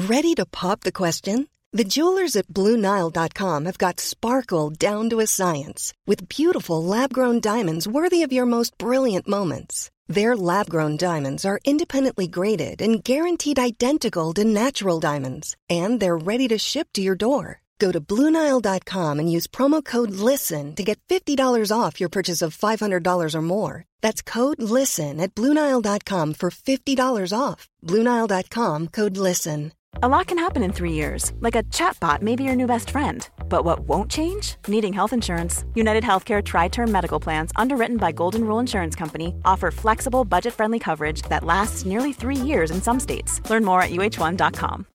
Ready to pop the question? The jewelers at BlueNile.com have got sparkle down to a science with beautiful lab-grown diamonds worthy of your most brilliant moments. Their lab-grown diamonds are independently graded and guaranteed identical to natural diamonds, and they're ready to ship to your door. Go to BlueNile.com and use promo code LISTEN to get $50 off your purchase of $500 or more. That's code LISTEN at BlueNile.com for $50 off. BlueNile.com, code LISTEN. A lot can happen in 3 years, like a chatbot may be your new best friend. But what won't change? Needing health insurance. United Healthcare Tri-Term Medical Plans, underwritten by Golden Rule Insurance Company, offer flexible, budget-friendly coverage that lasts nearly 3 years in some states. Learn more at uh1.com.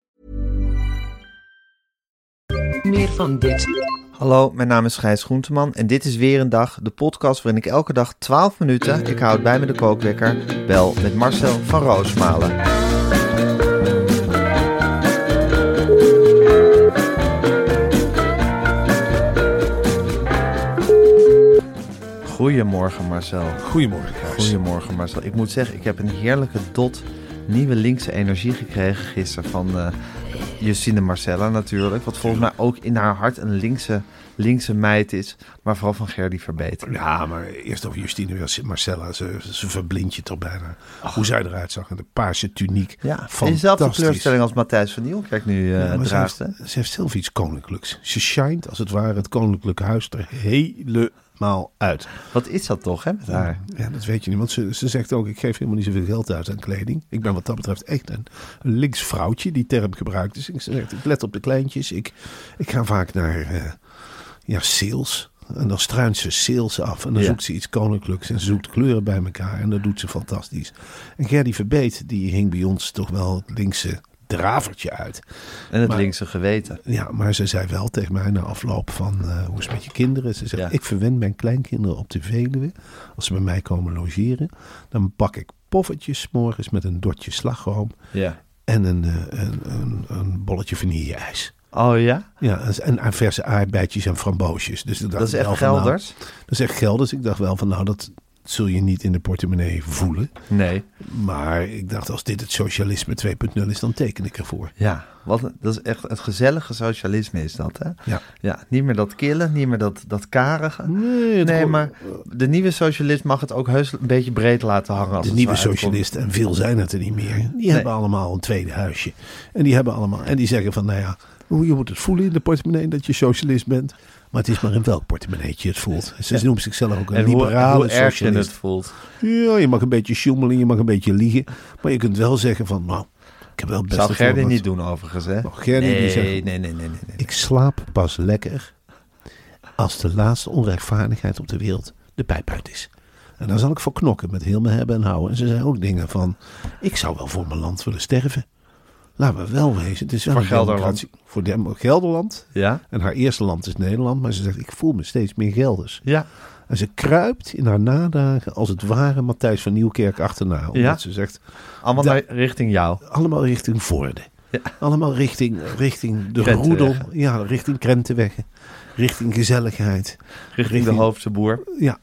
Meer van dit. Hallo, mijn naam is Gijs Groenteman en dit is weer een dag, de podcast waarin ik elke dag 12 minuten, ik houd bij me de kookwekker, bel met Marcel van Roosmalen. Goedemorgen Marcel. Goedemorgen Gijs. Goedemorgen Marcel. Ik moet zeggen, ik heb een heerlijke dot nieuwe linkse energie gekregen gisteren van Justine Marcella natuurlijk. Wat volgens mij ook in haar hart een linkse meid is. Maar vooral van Gerdy Verbeter. Ja, maar eerst over Justine Marcella. Ze verblindt je toch bijna. Hoe zij eruit zag in de paarse tuniek. Ja, dezelfde kleurstelling als Matthijs van Nieuwkerk nu draagt. Ze heeft zelf iets koninklijks. Ze shined als het ware het koninklijke huis er helemaal uit. Wat is dat toch, hè, met haar? Ja, dat weet je niet. Want ze zegt ook, ik geef helemaal niet zoveel geld uit aan kleding. Ik ben wat dat betreft echt een links vrouwtje. Die term gebruikt. Dus ik let op de kleintjes. Ik ga vaak naar sales. En dan struint ze sales af. En dan zoekt ze iets koninklijks. En ze zoekt kleuren bij elkaar. En dat doet ze fantastisch. En Gerdy Verbeet, die hing bij ons toch wel het linkse dravertje uit. En het linkse geweten. Ja, maar ze zei wel tegen mij na afloop van hoe is het met je kinderen? Ze zegt, ik verwend mijn kleinkinderen op de Veluwe. Als ze bij mij komen logeren. Dan pak ik poffertjes 's morgens met een dotje slagroom. Ja. En een bolletje vanille-ijs. Oh ja? Ja, en verse aardbeidjes en framboosjes. Dus dat is echt Gelders? Dat is echt Gelders. Ik dacht wel van dat zul je niet in de portemonnee voelen. Nee. Maar ik dacht, als dit het socialisme 2.0 is, dan teken ik ervoor. Ja, dat is echt het gezellige socialisme is dat, hè? Ja, niet meer dat killen, niet meer dat karige. Nee, maar de nieuwe socialist mag het ook heus een beetje breed laten hangen. Als de nieuwe socialisten, en veel zijn het er niet meer, die hebben allemaal een tweede huisje. En die zeggen van, je moet het voelen in de portemonnee dat je socialist bent. Maar het is maar in welk portemonneetje het voelt. Ze noemt zichzelf ook een liberale socialist. Hoe erg je het voelt. Ja, je mag een beetje sjoemelen, je mag een beetje liegen. Maar je kunt wel zeggen van, ik heb wel best... Zou Gerdy niet doen overigens, hè? Nee. Ik slaap pas lekker als de laatste onrechtvaardigheid op de wereld de pijp uit is. En daar zal ik voor knokken met heel mijn hebben en houden. En ze zei ook dingen van, ik zou wel voor mijn land willen sterven. Laten we wel wezen. Het is wel voor Gelderland. Voor Gelderland. Ja. En haar eerste land is Nederland. Maar ze zegt, ik voel me steeds meer Gelders. Ja. En ze kruipt in haar nadagen als het ware Matthijs van Nieuwkerk achterna. Omdat ze zegt... Allemaal richting jou. Allemaal richting Voorde. Ja. Allemaal richting de Roedel. Ja, richting Krentenweg. Richting gezelligheid. Richting de Hoofdse boer. Ja,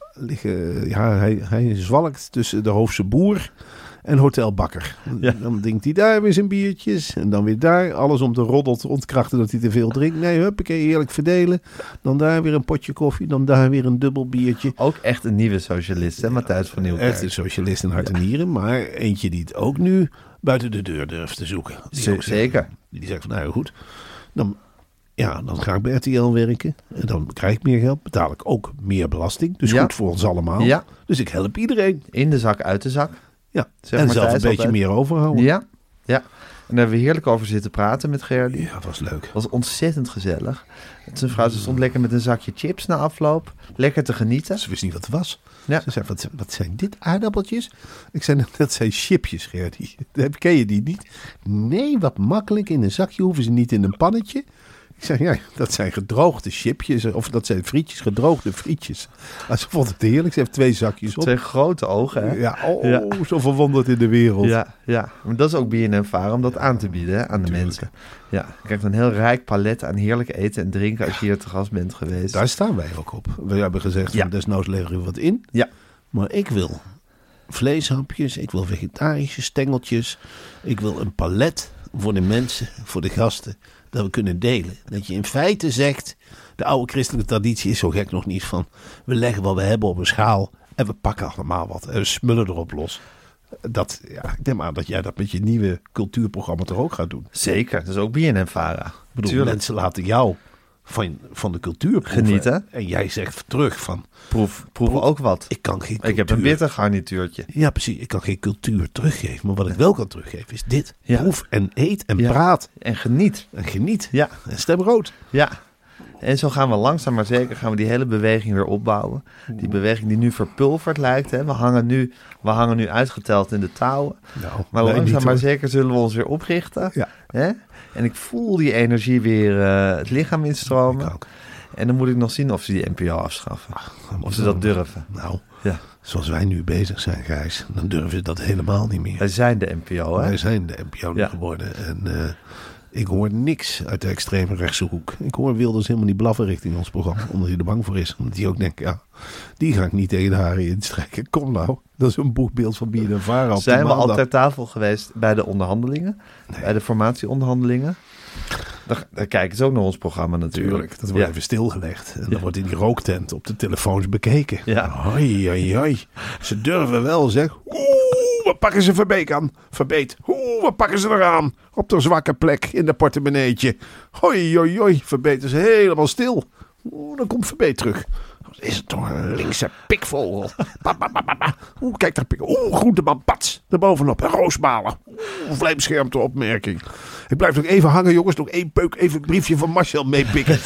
hij zwalkt tussen de Hoofdse boer en Hotel Bakker. Ja. Dan denkt hij daar weer zijn biertjes. En dan weer daar. Alles om de roddel te ontkrachten dat hij te veel drinkt. Nee, huppakee, eerlijk verdelen. Dan daar weer een potje koffie. Dan daar weer een dubbel biertje. Ook echt een nieuwe socialist, hè, Matthijs van Nieuwkerk. Echt een socialist in hart en nieren. Maar eentje die het ook nu buiten de deur durft te zoeken. Zeker. Die zegt van, goed. Dan ga ik bij RTL werken. En dan krijg ik meer geld. Betaal ik ook meer belasting. Dus goed voor ons allemaal. Ja. Dus ik help iedereen. In de zak, uit de zak. Ja, en zelf een beetje meer overhouden. Ja. En daar hebben we heerlijk over zitten praten met Gerdy. Ja, dat was leuk. Het was ontzettend gezellig. Zijn vrouw stond lekker met een zakje chips na afloop. Lekker te genieten. Ze wist niet wat het was. Ja. Ze zei, wat zijn dit, aardappeltjes? Ik zei, dat zijn chipjes, Gerdy. Ken je die niet? Nee, wat makkelijk. In een zakje hoeven ze niet in een pannetje. Ik zei, dat zijn gedroogde chipjes. Of dat zijn frietjes, gedroogde frietjes. Maar ze vond het heerlijk. Ze heeft 2 zakjes op. 2 grote ogen, hè? Ja, zo verwonderd in de wereld. Ja. Maar dat is ook BNNVARA om dat aan te bieden, hè, aan de mensen. Ja, je krijgt een heel rijk palet aan heerlijk eten en drinken als je hier te gast bent geweest. Daar staan wij ook op. We hebben gezegd, van desnoods leveren we wat in. Ja. Maar ik wil vleeshapjes, ik wil vegetarische stengeltjes. Ik wil een palet voor de mensen, voor de gasten, dat we kunnen delen. Dat je in feite zegt, de oude christelijke traditie is zo gek nog niet van, we leggen wat we hebben op een schaal en we pakken allemaal wat en we smullen erop los. Ik denk maar dat jij dat met je nieuwe cultuurprogramma toch ook gaat doen. Zeker, dat is ook BNN-Vara. Ik bedoel, mensen laten jou van de cultuur proeven. Genieten. En jij zegt terug van... Proef ook wat. Ik kan geen cultuur... Ik heb een bitter garnituurtje. Ja, precies. Ik kan geen cultuur teruggeven. Maar wat ik wel kan teruggeven is dit. Ja. Proef en eet en praat. En geniet. En geniet. Ja. En stem rood. Ja. En zo gaan we langzaam maar zeker die hele beweging weer opbouwen. Die beweging die nu verpulverd lijkt. Hè. We hangen nu uitgeteld in de touwen. Nou, maar langzaam maar zeker zullen we ons weer oprichten. Ja. Hè? En ik voel die energie weer het lichaam instromen. Ik ook. En dan moet ik nog zien of ze die NPO afschaffen. Of ze dat durven. Nou, ja. Zoals wij nu bezig zijn, Gijs, dan durven ze dat helemaal niet meer. Wij zijn de NPO, hè? Wij zijn de NPO geworden. En ik hoor niks uit de extreme rechtse hoek. Ik hoor Wilders helemaal niet blaffen richting ons programma. Omdat hij er bang voor is. Omdat hij ook denkt, die ga ik niet tegen de haren instrekken. Kom nou, dat is een boekbeeld van BNN-Vara. Zijn we al ter tafel geweest bij de onderhandelingen? Nee. Bij de formatieonderhandelingen? Daar kijken ze ook naar ons programma natuurlijk. Dat wordt even stilgelegd. En dan wordt in die rooktent op de telefoons bekeken. Ja. Hoi. Ze durven wel, zeg. Wat pakken ze Verbeek aan? Verbeet. Wat pakken ze eraan? Op de zwakke plek in de portemonneetje. Hoi. Verbeet is helemaal stil. Dan komt Verbeet terug. Is het toch een linkse pikvogel? Kijk daar, groenteman, pats, erbovenop. Roosmalen. Vlijmschermte opmerking. Ik blijf nog even hangen, jongens. Nog één peuk, even een briefje van Marcel meepikken.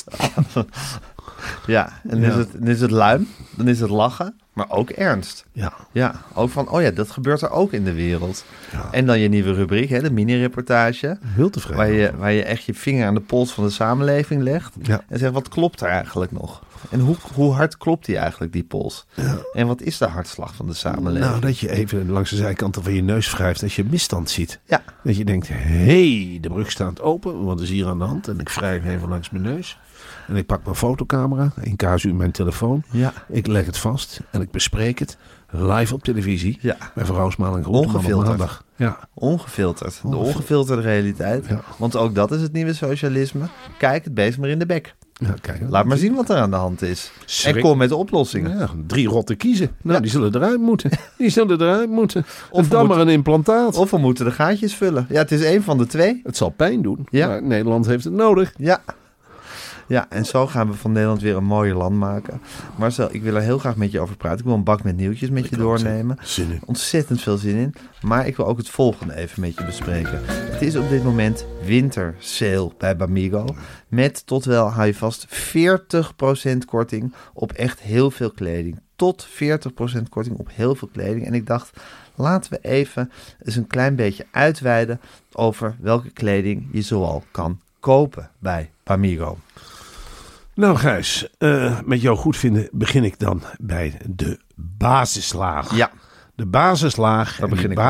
Ja, en dan is het luim, dan is het lachen, maar ook ernst. Ja, ook van, dat gebeurt er ook in de wereld. Ja. En dan je nieuwe rubriek, hè, de mini-reportage. Heel tevreden. Waar je echt je vinger aan de pols van de samenleving legt. Ja. En zegt, wat klopt er eigenlijk nog? En hoe hard klopt die eigenlijk, die pols? Ja. En wat is de hartslag van de samenleving? Nou, dat je even langs de zijkanten van je neus wrijft als je misstand ziet. Ja. Dat je denkt, de brug staat open, wat is hier aan de hand? En ik wrijf even langs mijn neus. En ik pak mijn fotocamera, in casu mijn telefoon. Ja. Ik leg het vast en ik bespreek het live op televisie. Ja. Bij Roosmalen en Ongefilterd. Ja. Ongefilterd. De ongefilterde realiteit. Ja. Want ook dat is het nieuwe socialisme. Kijk het beest maar in de bek. Ja, kijk, laat maar zien wat er aan de hand is. En kom met oplossingen. Ja, 3 rotten kiezen. Nou, die zullen eruit moeten. Of dan maar een implantaat. Of we moeten de gaatjes vullen. Ja, het is één van de twee. Het zal pijn doen. Ja. Maar Nederland heeft het nodig. Ja, en zo gaan we van Nederland weer een mooie land maken. Marcel, ik wil er heel graag met je over praten. Ik wil een bak met nieuwtjes met je doornemen. Zin in. Ontzettend veel zin in. Maar ik wil ook het volgende even met je bespreken. Het is op dit moment wintersale bij Bamigo. Met tot wel, hou je vast, 40% korting op echt heel veel kleding. Tot 40% korting op heel veel kleding. En ik dacht, laten we even eens een klein beetje uitweiden over welke kleding je zoal kan kopen bij Bamigo. Nou Gijs, met jouw goedvinden begin ik dan bij de basislaag. Ja. De basislaag,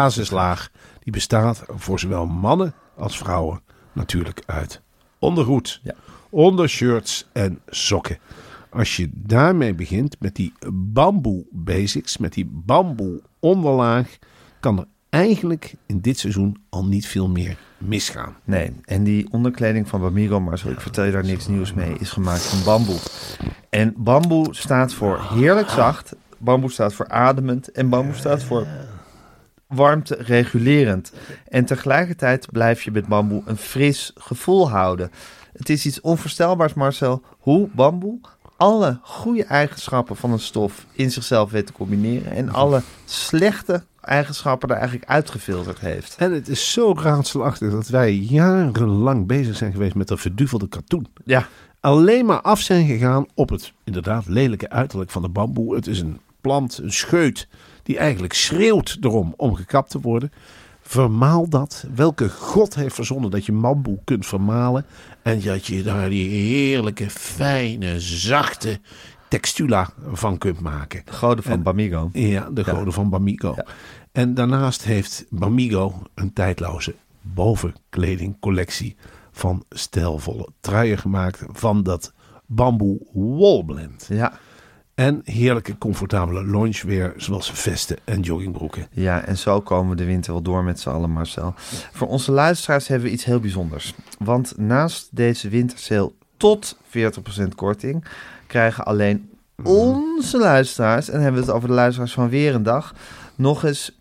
die bestaat voor zowel mannen als vrouwen natuurlijk uit ondergoed, ondershirts en sokken. Als je daarmee begint met die bamboe basics, met die bamboe onderlaag, kan er eigenlijk in dit seizoen al niet veel meer misgaan. Nee, en die onderkleding van Bamigo, Marcel, ik vertel je daar niks nieuws mee, is gemaakt van bamboe. En bamboe staat voor heerlijk zacht, bamboe staat voor ademend en bamboe staat voor warmte regulerend. En tegelijkertijd blijf je met bamboe een fris gevoel houden. Het is iets onvoorstelbaars, Marcel, hoe bamboe alle goede eigenschappen van een stof in zichzelf weet te combineren en alle slechte eigenschappen er eigenlijk uitgefilterd heeft. En het is zo raadselachtig dat wij jarenlang bezig zijn geweest met dat verduvelde katoen. Ja. Alleen maar af zijn gegaan op het inderdaad lelijke uiterlijk van de bamboe. Het is een plant, een scheut, die eigenlijk schreeuwt erom om gekapt te worden. Vermaal dat. Welke god heeft verzonnen dat je bamboe kunt vermalen en dat je daar die heerlijke, fijne, zachte textula van kunt maken. De goden van Bamigo. Ja, de goden van Bamigo. Ja. En daarnaast heeft Bamigo een tijdloze bovenkledingcollectie van stijlvolle truien gemaakt van dat bamboe woolblend. Ja. En heerlijke, comfortabele loungewear, zoals vesten en joggingbroeken. Ja, en zo komen we de winter wel door met z'n allen, Marcel. Voor onze luisteraars hebben we iets heel bijzonders. Want naast deze wintersale tot 40% korting... krijgen alleen onze luisteraars... en dan hebben we het over de luisteraars van Weer een Dag... nog eens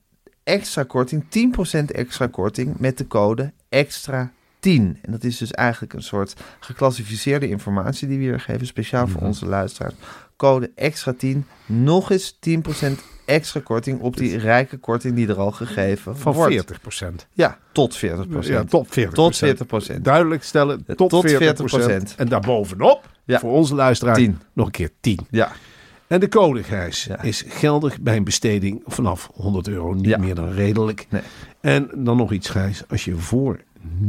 extra korting, 10% extra korting... met de code EXTRA10. En dat is dus eigenlijk een soort geclassificeerde informatie... die we hier geven, speciaal voor onze luisteraars. Code EXTRA10, nog eens 10% extra korting... op die rijke korting die er al gegeven van wordt. 40%. Ja, tot 40%. Ja, tot 40%. Tot 40%. Duidelijk stellen, tot 40%. En daarbovenop, voor onze luisteraar, 10. Nog een keer 10. Ja. En de code, Gijs, is geldig bij een besteding vanaf €100. Niet meer dan redelijk. Nee. En dan nog iets, Gijs. Als je voor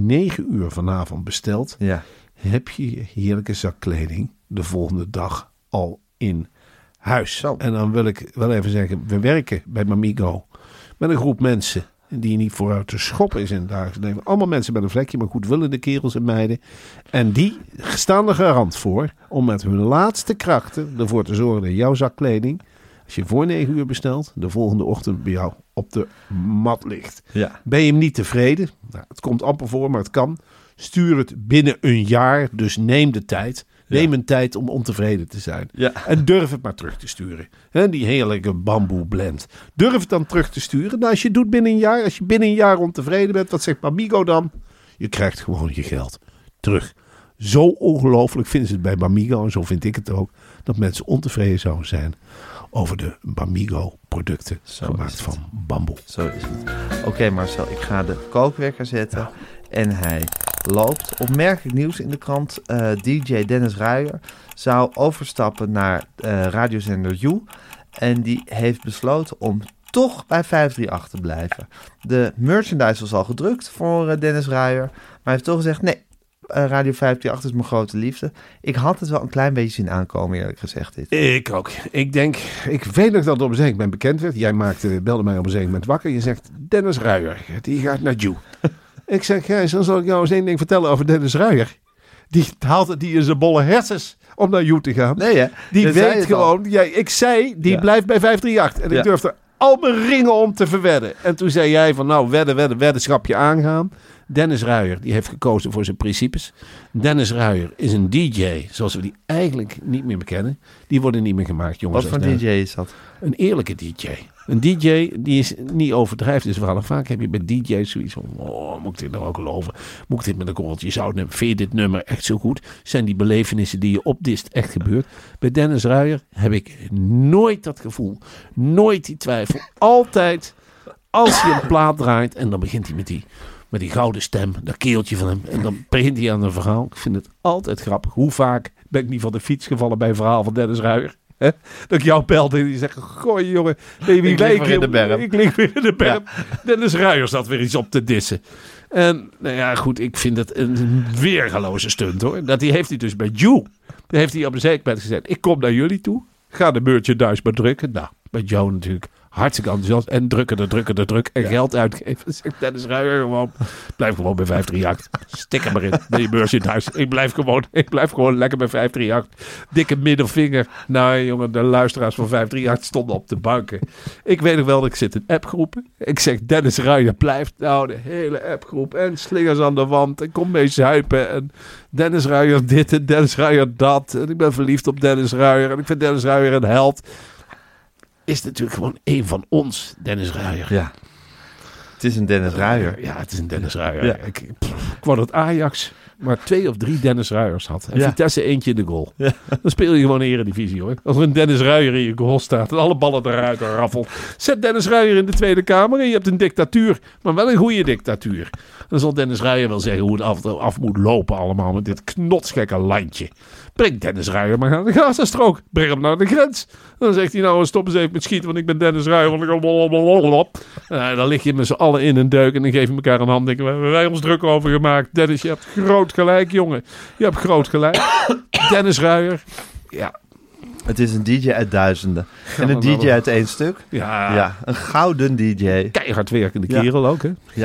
9 uur vanavond bestelt, heb je je heerlijke zak kleding de volgende dag al in huis. Zo. En dan wil ik wel even zeggen, we werken bij Mamigo met een groep mensen die niet vooruit te schoppen is in het dagelijks leven. Allemaal mensen met een vlekje, maar goedwillende kerels en meiden. En die staan er garant voor om met hun laatste krachten ervoor te zorgen dat jouw zak kleding, als je voor 9 uur bestelt, de volgende ochtend bij jou op de mat ligt. Ja. Ben je hem niet tevreden? Nou, het komt amper voor, maar het kan. Stuur het binnen een jaar, dus neem de tijd. Neem een tijd om ontevreden te zijn. Ja. En durf het maar terug te sturen. He, die heerlijke bamboe blend. Durf het dan terug te sturen. Nou, als je het doet binnen een jaar. Als je binnen een jaar ontevreden bent. Wat zegt Bamigo dan? Je krijgt gewoon je geld terug. Zo ongelooflijk vinden ze het bij Bamigo. En zo vind ik het ook. Dat mensen ontevreden zouden zijn over de Bamigo producten. Gemaakt van bamboe. Zo is het. Oké, Marcel. Ik ga de kookwekker zetten. Ja. En hij loopt. Opmerkelijk nieuws in de krant. DJ Dennis Ruijer zou overstappen naar radiozender You. En die heeft besloten om toch bij 538 te blijven. De merchandise was al gedrukt voor Dennis Ruijer. Maar hij heeft toch gezegd, nee, Radio 538 is mijn grote liefde. Ik had het wel een klein beetje zien aankomen, eerlijk gezegd. Dit. Ik ook. Ik weet nog dat op een zeker moment bekend werd. Jij belde mij op een zeker moment wakker. Je zegt, Dennis Ruijer, die gaat naar You. Ik zeg, Gijs, dan zal ik jou eens één ding vertellen over Dennis Ruijer. Die haalt het in zijn bolle hersens om naar You te gaan. Nee, hè? Die weet gewoon, ik zei, die blijft bij 538. En ik durfde al mijn ringen om te verwedden. En toen zei jij van, nou, weddenschapje aangaan. Dennis Ruijer, die heeft gekozen voor zijn principes. Dennis Ruijer is een DJ, zoals we die eigenlijk niet meer bekennen. Die worden niet meer gemaakt, jongens. Wat voor DJ is dat? Een eerlijke DJ. Een DJ die is niet overdrijft. Dus vooral vaak heb je bij DJ's zoiets van, moet ik dit nou ook geloven? Moet ik dit met een korreltje zout nemen? Vind je dit nummer echt zo goed? Zijn die belevenissen die je opdist echt gebeurd? Bij Dennis Ruijer heb ik nooit dat gevoel. Nooit die twijfel. Altijd als je een plaat draait en dan begint hij met die gouden stem, dat keeltje van hem. En dan begint hij aan een verhaal. Ik vind het altijd grappig. Hoe vaak ben ik niet van de fiets gevallen bij een verhaal van Dennis Ruijer? He? Dat ik jou belde en die zegt, gooi jongen, ik lig weer in de berm. Ik lig weer in de berm. Ja. Dennis Ruijer zat weer iets op te dissen. En nou ja, goed, ik vind het een weergaloze stunt hoor. Dat heeft hij dus bij You. Daar heeft hij op een zeker moment gezegd, ik kom naar jullie toe. Ga de merchandise maar drukken. Nou, bij Joe natuurlijk hartstikke enthousiast. En drukken. En geld uitgeven. Zegt Dennis Ruijer gewoon, blijf gewoon bij 538. Stik er maar in, bij je merchandise. Ik blijf gewoon lekker bij 538. Dikke middelvinger. Nou jongen, de luisteraars van 538 stonden op de banken. Ik weet nog wel dat ik zit in appgroepen. Ik zeg, Dennis Ruijer blijft. Nou, de hele appgroep. En slingers aan de wand. En kom mee zuipen. En Dennis Ruijer dit en Dennis Ruijer dat. En ik ben verliefd op Dennis Ruijer. En ik vind Dennis Ruijer een held. Is natuurlijk gewoon één van ons, Dennis Ruijer. Ja. Het is een Dennis Ruijer. Ja, het is een Dennis Ruijer. Ja. Ik wou dat Ajax maar 2 of 3 Dennis Ruijers had. En Vitesse eentje in de goal. Ja. Dan speel je gewoon eredivisie hoor. Als er een Dennis Ruijer in je goal staat en alle ballen eruit raffelt. Zet Dennis Ruijer in de Tweede Kamer en je hebt een dictatuur. Maar wel een goede dictatuur. Dan zal Dennis Ruijer wel zeggen hoe het af moet lopen allemaal met dit knotsgekke landje. Breng Dennis Ruijer maar aan de Gazastrook. Breng hem naar de grens. Dan zegt hij nou stop eens even met schieten, want ik ben Dennis Ruijer. Want ik dan lig je met z'n allen in een deuk en dan geef je elkaar een hand. Denken, we hebben wij ons druk over gemaakt. Dennis, je hebt groot gelijk, jongen. Je hebt groot gelijk. Dennis Ruijer, ja. Het is een DJ uit duizenden. En een DJ uit 1 stuk. Ja. Een gouden DJ. Keihard werkende kerel ook, hè.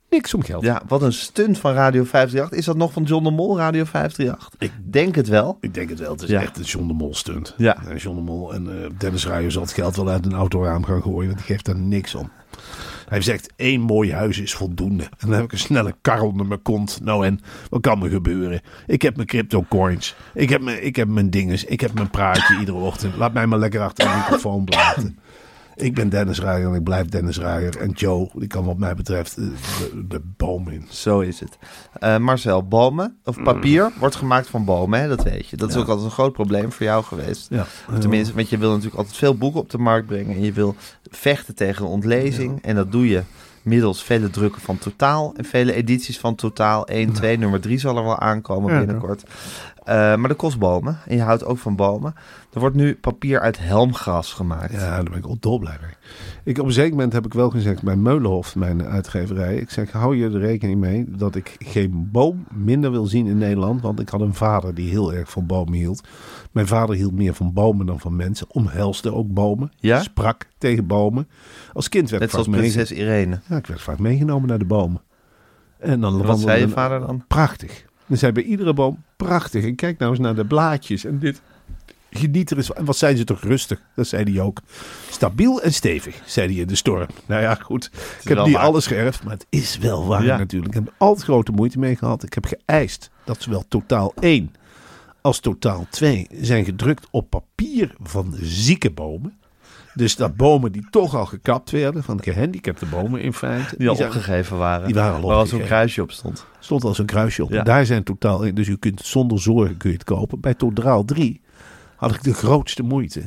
Niks om geld. Ja, wat een stunt van Radio 538. Is dat nog van John de Mol, Radio 538? Ik denk het wel. Ik denk het wel. Het is Ja. echt een John de Mol stunt. Ja. En John de Mol en Dennis Ruijer zal het geld wel uit een autoraam gaan gooien. Want die geeft daar niks om. Hij zegt, 1 mooi huis is voldoende. En dan heb ik een snelle kar onder mijn kont. Nou en, wat kan er gebeuren? Ik heb mijn crypto coins. Ik heb mijn dinges. Ik heb mijn praatje iedere ochtend. Laat mij maar lekker achter de microfoon blijven. Ik ben Dennis Ruijer en ik blijf Dennis Ruijer. En Joe, die kan wat mij betreft de boom in. Zo is het. Marcel, bomen of papier wordt gemaakt van bomen, hè? Dat weet je. Dat is ook altijd een groot probleem voor jou geweest. Ja. Tenminste, want je wil natuurlijk altijd veel boeken op de markt brengen. En je wil vechten tegen een ontlezing. Ja. En dat doe je middels vele drukken van Totaal. En vele edities van Totaal. 1, 2, nummer 3 zal er wel aankomen binnenkort. Maar dat kost bomen. En je houdt ook van bomen. Er wordt nu papier uit helmgras gemaakt. Ja, daar ben ik ook dolblij mee. Op een zeker moment heb ik wel gezegd bij Meulenhof, mijn uitgeverij. Ik zeg, hou je er rekening mee dat ik geen boom minder wil zien in Nederland. Want ik had een vader die heel erg van bomen hield. Mijn vader hield meer van bomen dan van mensen. Omhelsde ook bomen. Ja? Sprak tegen bomen. Als kind werd net zoals prinses Irene. Ja, ik werd vaak meegenomen naar de bomen. En dan wat zei je vader dan? Prachtig. Dan zei bij iedere boom, prachtig. En kijk nou eens naar de blaadjes. En dit, geniet er eens van. En wat zijn ze toch rustig? Dat zei hij ook. Stabiel en stevig, zei hij in de storm. Nou ja, goed. Ik heb niet alles geërfd, maar het is wel waar natuurlijk. Ik heb er altijd grote moeite mee gehad. Ik heb geëist dat zowel Totaal 1 als Totaal 2 zijn gedrukt op papier van zieke bomen. Dus dat bomen die toch al gekapt werden, van gehandicapte bomen in feite. Die al opgegeven waren. Die waren al opgegeven. Waar al zo'n kruisje op stond. Stond al zo'n kruisje op. Ja. Daar zijn Totaal in. Dus u kunt zonder zorgen kun je het kopen. Bij Totaal 3 had ik de grootste moeite.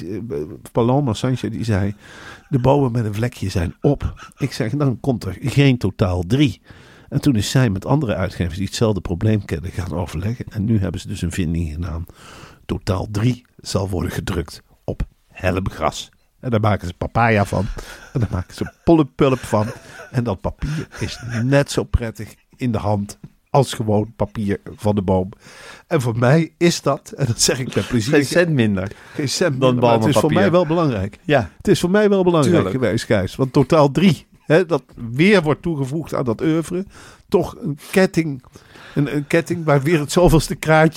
Paloma Sanchez die zei, de bomen met een vlekje zijn op. Ik zeg, dan komt er geen Totaal 3. En toen is zij met andere uitgevers die hetzelfde probleem kennen gaan overleggen. En nu hebben ze dus een vinding gedaan. Totaal 3 zal worden gedrukt op helmgras. En daar maken ze papaya van. En daar maken ze pollepulp van. En dat papier is net zo prettig in de hand als gewoon papier van de boom. En voor mij is dat, en dat zeg ik met plezier. Geen cent minder. Geen cent dan minder, maar het is voor mij wel belangrijk. Ja. Het is voor mij wel belangrijk Tuurlijk. geweest, Gijs. Want Totaal 3, dat weer wordt toegevoegd aan dat oeuvre. Toch een ketting. Een ketting waar weer het zoveelste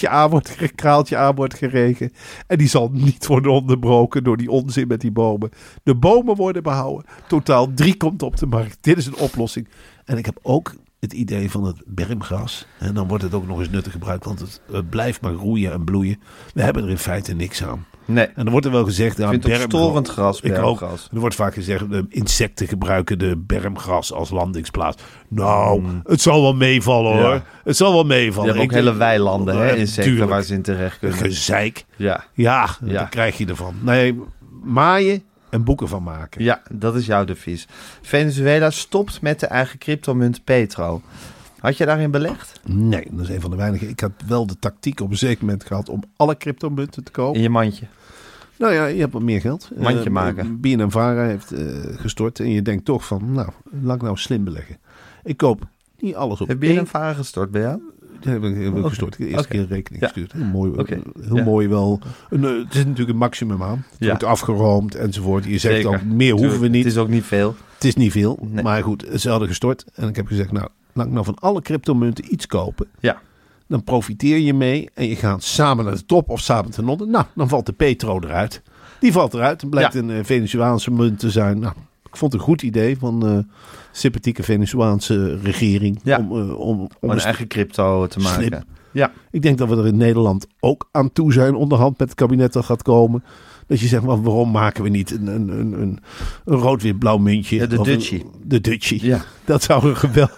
kraaltje aan wordt geregen. En die zal niet worden onderbroken door die onzin met die bomen. De bomen worden behouden. Totaal 3 komt op de markt. Dit is een oplossing. En ik heb ook het idee van het bermgras. En dan wordt het ook nog eens nuttig gebruikt. Want het blijft maar groeien en bloeien. We hebben er in feite niks aan. Nee. En er wordt er wel gezegd... Ik vind het ook storend gras, bermgras. Er wordt vaak gezegd, insecten gebruiken de bermgras als landingsplaats. Nou, het zal wel meevallen hoor. Het zal wel meevallen. Je hebt ook hele weilanden, insecten tuurlijk. waar ze in terecht kunnen. Gezeik. Ja. Dat krijg je ervan. Nee, maaien en boeken van maken. Ja, dat is jouw devies. Venezuela stopt met de eigen cryptomunt Petro. Had je daarin belegd? Nee, dat is een van de weinigen. Ik had wel de tactiek op een zeker moment gehad om alle cryptomunten te kopen. In je mandje? Nou ja, je hebt wat meer geld. Mandje maken. BNNVARA heeft gestort. En je denkt toch van, nou, laat ik nou slim beleggen. Ik koop niet alles op Heb BNNVARA gestort bij jou? Ja, heb ik gestort. Ik heb de eerste keer een rekening gestuurd. Heel mooi, Ja. mooi wel. Het is natuurlijk een maximum aan. Het wordt afgeroomd enzovoort. Je zegt Zeker. ook, meer hoeven we niet. Het is ook niet veel. Het is niet veel. Nee. Maar goed, ze hadden gestort. En ik heb gezegd, nou, laat ik nou van alle cryptomunten iets kopen. Ja. Dan profiteer je mee. En je gaat samen naar de top of samen ten onder. Nou, dan valt de Petro eruit. Die valt eruit. En blijkt een Venezolaanse munt te zijn. Nou, ik vond het een goed idee van de sympathieke Venezolaanse regering. Ja. Om een eigen crypto te maken. Slim. Ja. Ik denk dat we er in Nederland ook aan toe zijn. Onderhand met het kabinet dat gaat komen. Dat je zegt, maar waarom maken we niet een rood-wit-blauw muntje? Ja, de Dutchie. De Dutchie. Ja. Dat zou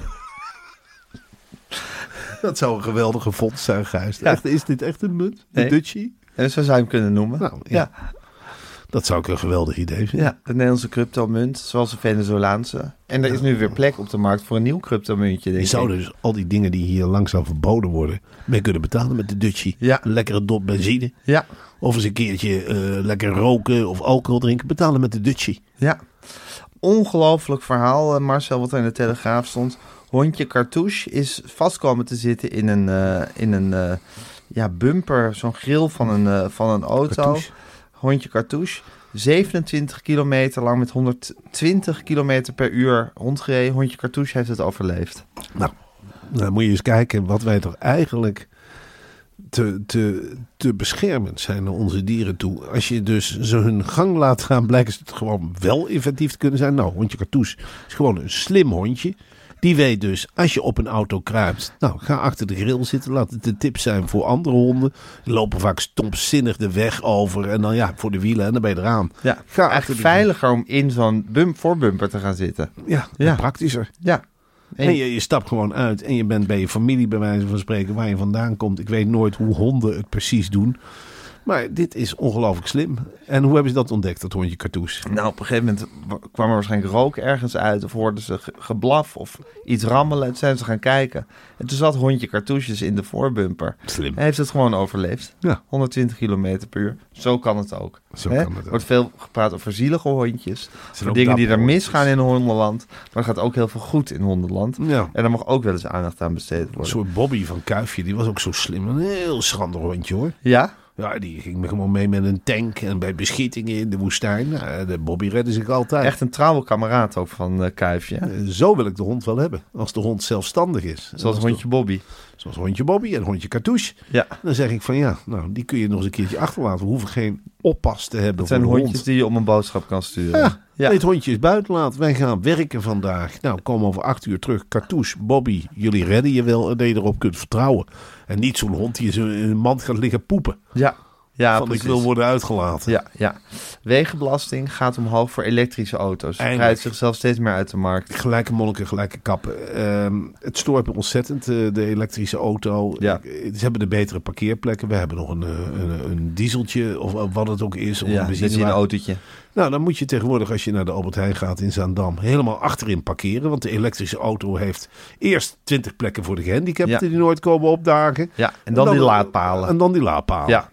een geweldige fonds zijn, Gijs. Ja. Is dit echt een munt? De Nee. Dutchie? En zo zou je hem kunnen noemen. Nou, ja. Dat zou ik een geweldig idee vinden. Ja, de Nederlandse cryptomunt, zoals de Venezolaanse. En er is nu weer plek op de markt voor een nieuw cryptomuntje, denk Je zou ik. dus al die dingen die hier langzaam verboden worden, mee kunnen betalen met de Dutchie. Ja. Een lekkere dop benzine. Ja, Of eens een keertje lekker roken of alcohol drinken. Betalen met de Dutchie. ja. Ongelooflijk verhaal, Marcel, wat er in de Telegraaf stond. Hondje Cartouche is vast komen te zitten in een bumper, zo'n grill van een auto. Cartouche. Hondje Cartouche. 27 kilometer lang met 120 kilometer per uur rondgereden. Hondje Cartouche heeft het overleefd. Nou moet je eens kijken wat wij toch eigenlijk te beschermend zijn naar onze dieren toe. Als je dus ze hun gang laat gaan, blijken ze het gewoon wel inventief te kunnen zijn. Nou, hondje Cartouche is gewoon een slim hondje. Die weet dus, als je op een auto kruipt, nou, ga achter de grill zitten. Laat het een tip zijn voor andere honden. Die lopen vaak stomzinnig de weg over. En dan voor de wielen en dan ben je eraan. Ja, ga eigenlijk veiliger om in zo'n voorbumper te gaan zitten. Ja, praktischer. Ja. En je stapt gewoon uit en je bent bij je familie bij wijze van spreken waar je vandaan komt. Ik weet nooit hoe honden het precies doen. Maar dit is ongelooflijk slim. En hoe hebben ze dat ontdekt, dat hondje Cartouche? Nou, op een gegeven moment kwam er waarschijnlijk rook ergens uit. Of hoorden ze geblaf of iets rammelen. En toen zijn ze gaan kijken. En toen zat hondje Cartouche dus in de voorbumper. Slim. Hij heeft het gewoon overleefd. Ja. 120 kilometer per uur. Zo kan het ook. Er wordt veel gepraat over zielige hondjes. Voor dingen die er misgaan in hondenland. Maar er gaat ook heel veel goed in hondenland. Ja. En daar mag ook wel eens aandacht aan besteed worden. Een soort Bobby van Kuifje, die was ook zo slim. Een heel schrander hondje hoor. Ja? Ja, die ging gewoon mee met een tank en bij beschietingen in de woestijn. Nou, de Bobby redde zich altijd. Echt een trouwe kameraad ook van Kuifje. Zo wil ik de hond wel hebben. Als de hond zelfstandig is. Zoals hondje Bobby. Zoals hondje Bobby en hondje Cartouche. Ja. Dan zeg ik van die kun je nog eens een keertje achterlaten. We hoeven geen oppas te hebben. Het zijn voor de hondjes hond. die je om een boodschap kan sturen. Ja. Dit hondje is buiten laten. Wij gaan werken vandaag. Nou, komen over 8 uur terug. Cartouche, Bobby, jullie redden je wel. En dat je erop kunt vertrouwen. En niet zo'n hond die in een mand gaat liggen poepen. Ja, ik wil worden uitgelaten. Ja. Wegenbelasting gaat omhoog voor elektrische auto's. Het breidt zichzelf steeds meer uit de markt. Gelijke monniken, gelijke kappen. Het stoort me ontzettend, de elektrische auto. Ja. Ze hebben de betere parkeerplekken. We hebben nog een dieseltje of wat het ook is. Of Dit is een autootje. Nou, dan moet je tegenwoordig, als je naar de Albert Heijn gaat in Zaandam, helemaal achterin parkeren. Want de elektrische auto heeft eerst 20 plekken voor de gehandicapten die nooit komen opdagen. Ja, en dan die laadpalen. Ja.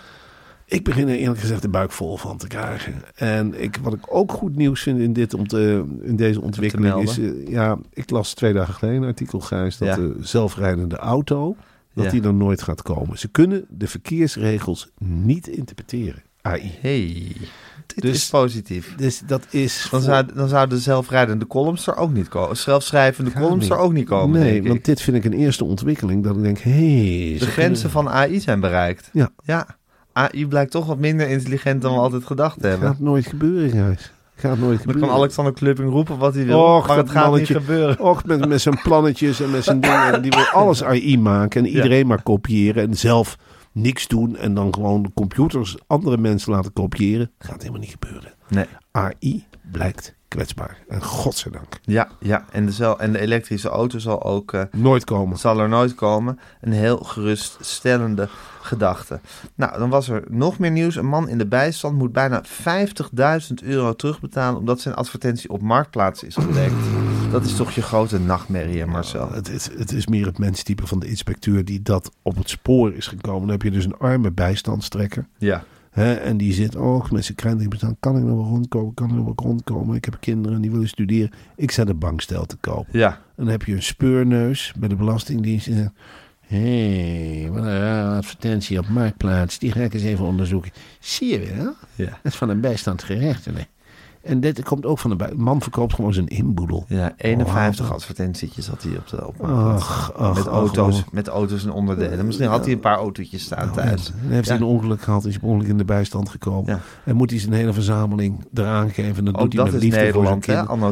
Ik begin er eerlijk gezegd de buik vol van te krijgen. En wat ik ook goed nieuws vind in deze ontwikkeling is... ik las 2 dagen geleden een artikel, Gijs, dat de zelfrijdende auto, dat die er nooit gaat komen. Ze kunnen de verkeersregels niet interpreteren. AI. Dit is positief. Dus dat is... Dan zou de zelfrijdende columns er ook niet komen. Zelfschrijvende columns er ook niet komen. Nee, want dit vind ik een eerste ontwikkeling. Dat ik denk, de grenzen van AI zijn bereikt. Ja. AI blijkt toch wat minder intelligent dan we altijd gedacht hebben. Gaat nooit gebeuren, Gijs. Dan kan Alexander Klupping roepen wat hij wil, maar het gaat niet gebeuren. Och, met zijn plannetjes en met zijn dingen. Die wil alles AI maken en iedereen maar kopiëren en zelf niks doen. En dan gewoon de computers andere mensen laten kopiëren. Gaat helemaal niet gebeuren. Nee. AI blijkt kwetsbaar. En godzijdank. Ja. En de elektrische auto zal ook... nooit komen. Zal er nooit komen. Een heel geruststellende gedachte. Nou, dan was er nog meer nieuws. Een man in de bijstand moet bijna €50.000 terugbetalen omdat zijn advertentie op Marktplaats is gelekt. Dat is toch je grote nachtmerrie, Marcel? Het is meer het menstype van de inspecteur die dat op het spoor is gekomen. Dan heb je dus een arme bijstandstrekker. Ja. En die zit met zijn krenting bestaan. Kan ik nog wel rondkomen? Ik heb kinderen die willen studeren. Ik zet een bankstel te koop. Ja. En dan heb je een speurneus bij de Belastingdienst. En zegt, wat een advertentie op Marktplaats. Die ga ik eens even onderzoeken. Zie je wel? Ja. Dat is van een bijstandsgerechtigde. En dit komt ook van de man verkoopt gewoon zijn inboedel. Ja, 51 advertentietjes had hij met auto's en onderdelen. Misschien had hij een paar autootjes staan thuis. Dan heeft hij een ongeluk gehad, is op ongeluk in de bijstand gekomen. Ja. En moet hij zijn hele verzameling eraan geven. Dat doet hij met liefde Nederland, voor zijn anno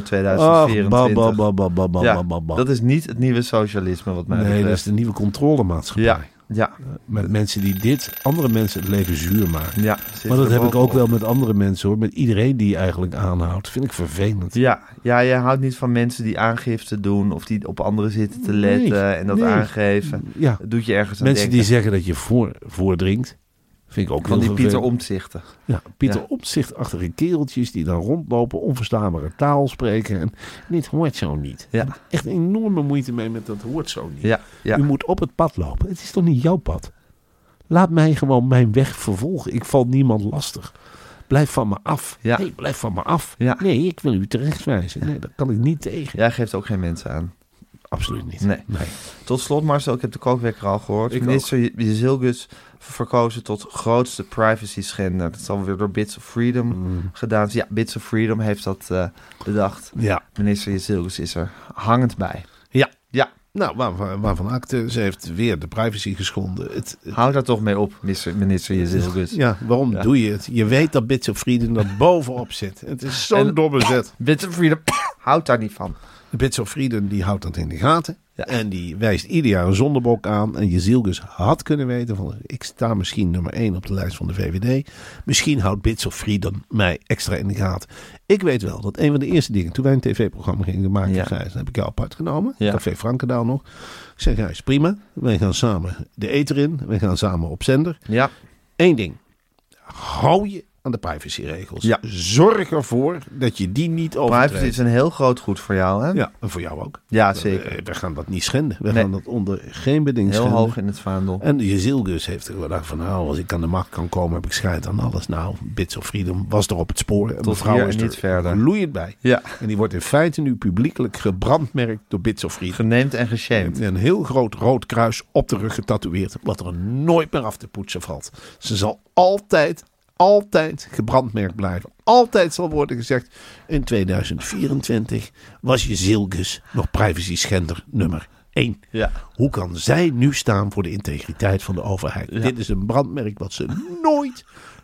2024. Dat is niet het nieuwe socialisme wat mij betreft. Nee, dat is de nieuwe controlemaatschappij. Ja. Met mensen die andere mensen het leven zuur maken. Ja, maar dat heb ik ook wel met andere mensen hoor. Met iedereen die je eigenlijk aanhoudt. Vind ik vervelend. Ja, je houdt niet van mensen die aangifte doen. Of die op anderen zitten te letten en dat aangeven. Ja. Dat doet je ergens aan mensen denken. die zeggen dat je voordringt. Vind ik ook van die vervelend. Pieter Omtzigten. Ja, Pieter Omtzigt-achtige kereltjes die dan rondlopen, onverstaanbare taal spreken. En dit hoort zo niet. Ja. Ik heb echt enorme moeite mee met dat hoort zo niet. Ja. U moet op het pad lopen. Het is toch niet jouw pad? Laat mij gewoon mijn weg vervolgen. Ik val niemand lastig. Blijf van me af. Ja. Nee, blijf van me af. Ja. Nee, ik wil u terechtwijzen. Nee, dat kan ik niet tegen. Jij geeft ook geen mensen aan. absoluut niet. Nee. Tot slot, Marcel, ik heb de kookwekker al gehoord. Minister Jezilgus verkozen tot grootste privacy schender. Dat is alweer door Bits of Freedom gedaan. Ja, Bits of Freedom heeft dat bedacht. Ja. Minister Jezilgus is er hangend bij. Ja. Nou, waarvan akte, ze heeft weer de privacy geschonden. Houd daar toch mee op, minister Jezilgus. Ja, waarom doe je het? Je weet dat Bits of Freedom dat bovenop zit. Het is zo'n domme zet. Bits of Freedom houdt daar niet van. Bits of Freedom die houdt dat in de gaten. Ja. En die wijst ieder jaar een zondebok aan. En Jezilgus had kunnen weten van, ik sta misschien nummer 1 op de lijst van de VVD. Misschien houdt Bits of Freedom mij extra in de gaten. Ik weet wel dat een van de eerste dingen, toen wij een tv-programma gingen maken, Gijs, heb ik jou apart genomen. Café Frankendaal nog. Ik zeg, Gijs, prima. Wij gaan samen de eter in. Wij gaan samen op zender. Ja. 1 ding. Hou je aan de privacyregels. Ja. Zorg ervoor dat je die niet overtreedt. Privacy is een heel groot goed voor jou, hè? Ja, en voor jou ook. Ja, zeker. We gaan dat niet schenden. We gaan dat onder geen beding heel schenden. Hoog in het vaandel. En Jezilgus heeft er gedacht van, nou, als ik aan de macht kan komen, heb ik scheid aan alles. Nou, Bits of Freedom was er op het spoor. En mevrouw is niet er verder. Gloeiend bij. Ja. En die wordt in feite nu publiekelijk gebrandmerkt door Bits of Freedom. Geneemd en geshamed. En een heel groot rood kruis op de rug getatoeëerd, wat er nooit meer af te poetsen valt. Ze zal altijd gebrandmerkt blijven. Altijd zal worden gezegd, in 2024 was Jezilgus nog privacy schender nummer 1. Ja. Hoe kan zij nu staan voor de integriteit van de overheid? Ja. Dit is een brandmerk wat ze nooit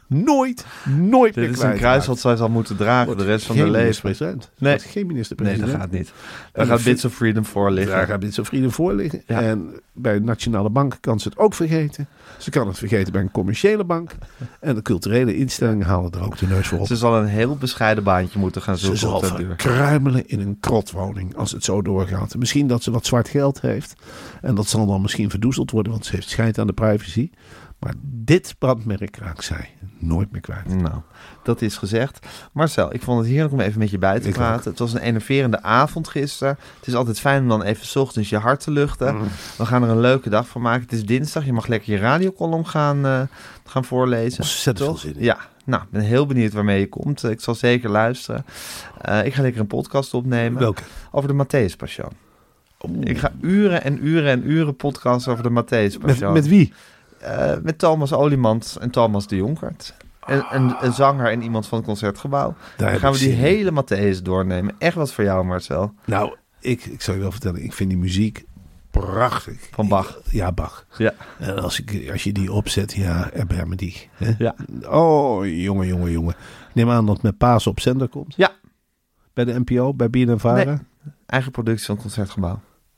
meer Dit is een kruis wat zij zal moeten dragen de rest van haar leven. Nee, geen minister-president. Nee, dat gaat niet. Daar gaat Bits of Freedom voor liggen. Daar gaat Bits of Freedom voor liggen. Ja. En bij de Nationale Bank kan ze het ook vergeten. Ze kan het vergeten bij een commerciële bank. En de culturele instellingen halen er ook de neus voor op. Ze zal een heel bescheiden baantje moeten gaan zoeken. Ze zal verkruimelen in een krotwoning als het zo doorgaat. Misschien dat ze wat zwart geld heeft. En dat zal dan misschien verdoezeld worden, want ze heeft scheid aan de privacy. Maar dit brandmerk raakt zij nooit meer kwijt. Nou, dat is gezegd. Marcel, ik vond het heerlijk om even met je bij te praten. Het was een enerverende avond gisteren. Het is altijd fijn om dan even 's ochtends je hart te luchten. We gaan er een leuke dag van maken. Het is dinsdag. Je mag lekker je radiocolumn gaan voorlezen. Ontzettend veel zin in. Ja, nou, ik ben heel benieuwd waarmee je komt. Ik zal zeker luisteren. Ik ga lekker een podcast opnemen. Welke? Over de Matthäus Passion. Ik ga uren en uren en uren podcasten over de Matthäus Passion. Met wie? Met Thomas Oliemans en Thomas de Jonkert. Een zanger en iemand van het Concertgebouw. Dan gaan we die hele Matthäus doornemen. Echt wat voor jou, Marcel. Nou, ik zal je wel vertellen. Ik vind die muziek prachtig. Van Bach. Ja, Bach. Ja. En als je die opzet, ja, erbarme die. Hè? Ja. Oh, jongen. Ik neem aan dat met Pasen op zender komt. Ja. Bij de NPO, bij BNNVARA. Nee, eigen productie van het Concertgebouw.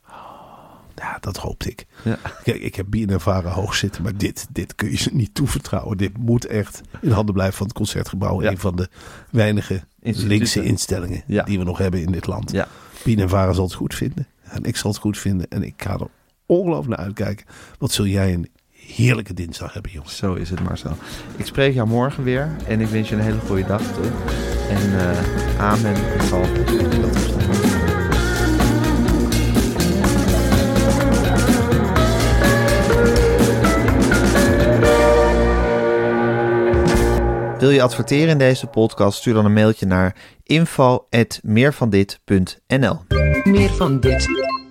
Ja, dat hoopte ik. Ja. Kijk, ik heb BNNVARA hoog zitten, maar dit kun je ze niet toevertrouwen. Dit moet echt in handen blijven van het Concertgebouw. Ja. Een van de weinige linkse instellingen die we nog hebben in dit land. Ja. BNNVARA zal het goed vinden. En ik zal het goed vinden. En ik ga er ongelooflijk naar uitkijken. Wat zul jij een heerlijke dinsdag hebben, jongens. Zo is het, Marcel. Ik spreek jou morgen weer. En ik wens je een hele goede dag toe. En amen. Ik zal dat opstaan. Wil je adverteren in deze podcast? Stuur dan een mailtje naar info@meervandit.nl. Meer van dit.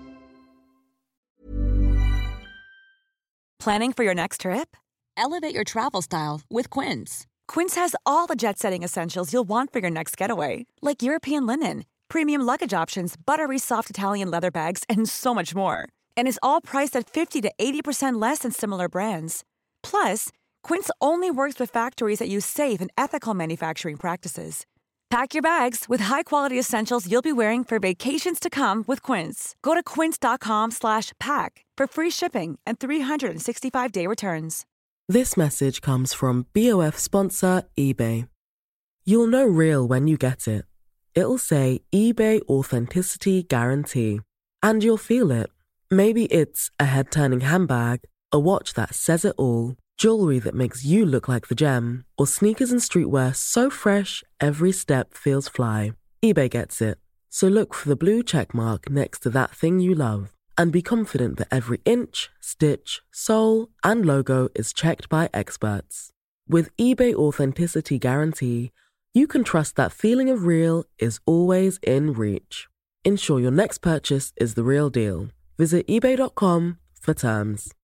Planning for your next trip? Elevate your travel style with Quince. Quince has all the jet-setting essentials you'll want for your next getaway, like European linen, premium luggage options, buttery soft Italian leather bags, and so much more. And is all priced at 50 to 80% less than similar brands. Plus, Quince only works with factories that use safe and ethical manufacturing practices. Pack your bags with high-quality essentials you'll be wearing for vacations to come with Quince. Go to quince.com/pack for free shipping and 365-day returns. This message comes from BOF sponsor eBay. You'll know real when you get it. It'll say eBay Authenticity Guarantee. And you'll feel it. Maybe it's a head-turning handbag, a watch that says it all, jewelry that makes you look like the gem, or sneakers and streetwear so fresh every step feels fly. eBay gets it. So look for the blue checkmark next to that thing you love and be confident that every inch, stitch, sole, and logo is checked by experts. With eBay Authenticity Guarantee, you can trust that feeling of real is always in reach. Ensure your next purchase is the real deal. Visit ebay.com for terms.